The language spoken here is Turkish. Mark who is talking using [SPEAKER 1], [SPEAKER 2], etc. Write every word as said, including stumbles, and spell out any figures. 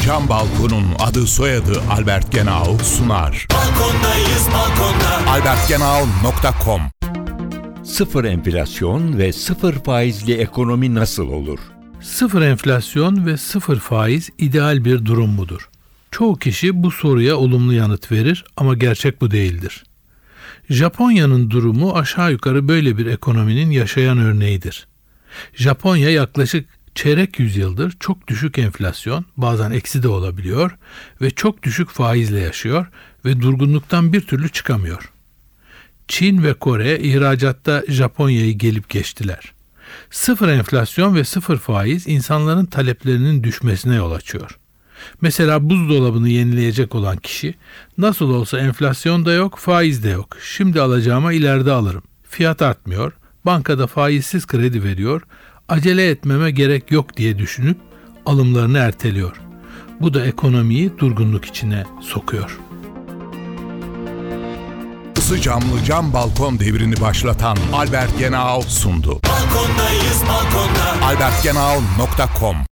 [SPEAKER 1] Cam Balkon'un adı soyadı Albert Genau sunar.
[SPEAKER 2] Balkondayız balkonda.
[SPEAKER 1] albert genau nokta com.
[SPEAKER 3] Sıfır enflasyon ve sıfır faizli ekonomi nasıl olur?
[SPEAKER 4] Sıfır enflasyon ve sıfır faiz ideal bir durum mudur? Çoğu kişi bu soruya olumlu yanıt verir ama gerçek bu değildir. Japonya'nın durumu aşağı yukarı böyle bir ekonominin yaşayan örneğidir. Japonya yaklaşık çeyrek yüzyıldır çok düşük enflasyon, bazen eksi de olabiliyor ve çok düşük faizle yaşıyor ve durgunluktan bir türlü çıkamıyor. Çin ve Kore ihracatta Japonya'yı gelip geçtiler. Sıfır enflasyon ve sıfır faiz insanların taleplerinin düşmesine yol açıyor. Mesela buzdolabını yenileyecek olan kişi, nasıl olsa enflasyon da yok, faiz de yok. Şimdi alacağıma ileride alırım. Fiyat artmıyor, bankada faizsiz kredi veriyor, acele etmeme gerek yok diye düşünüp alımlarını erteliyor. Bu da ekonomiyi durgunluk içine sokuyor.
[SPEAKER 1] Isı camlı cam balkon devrini başlatan Albert Genau sundu.
[SPEAKER 2] Balkondayız balkonda.
[SPEAKER 1] albert genau nokta com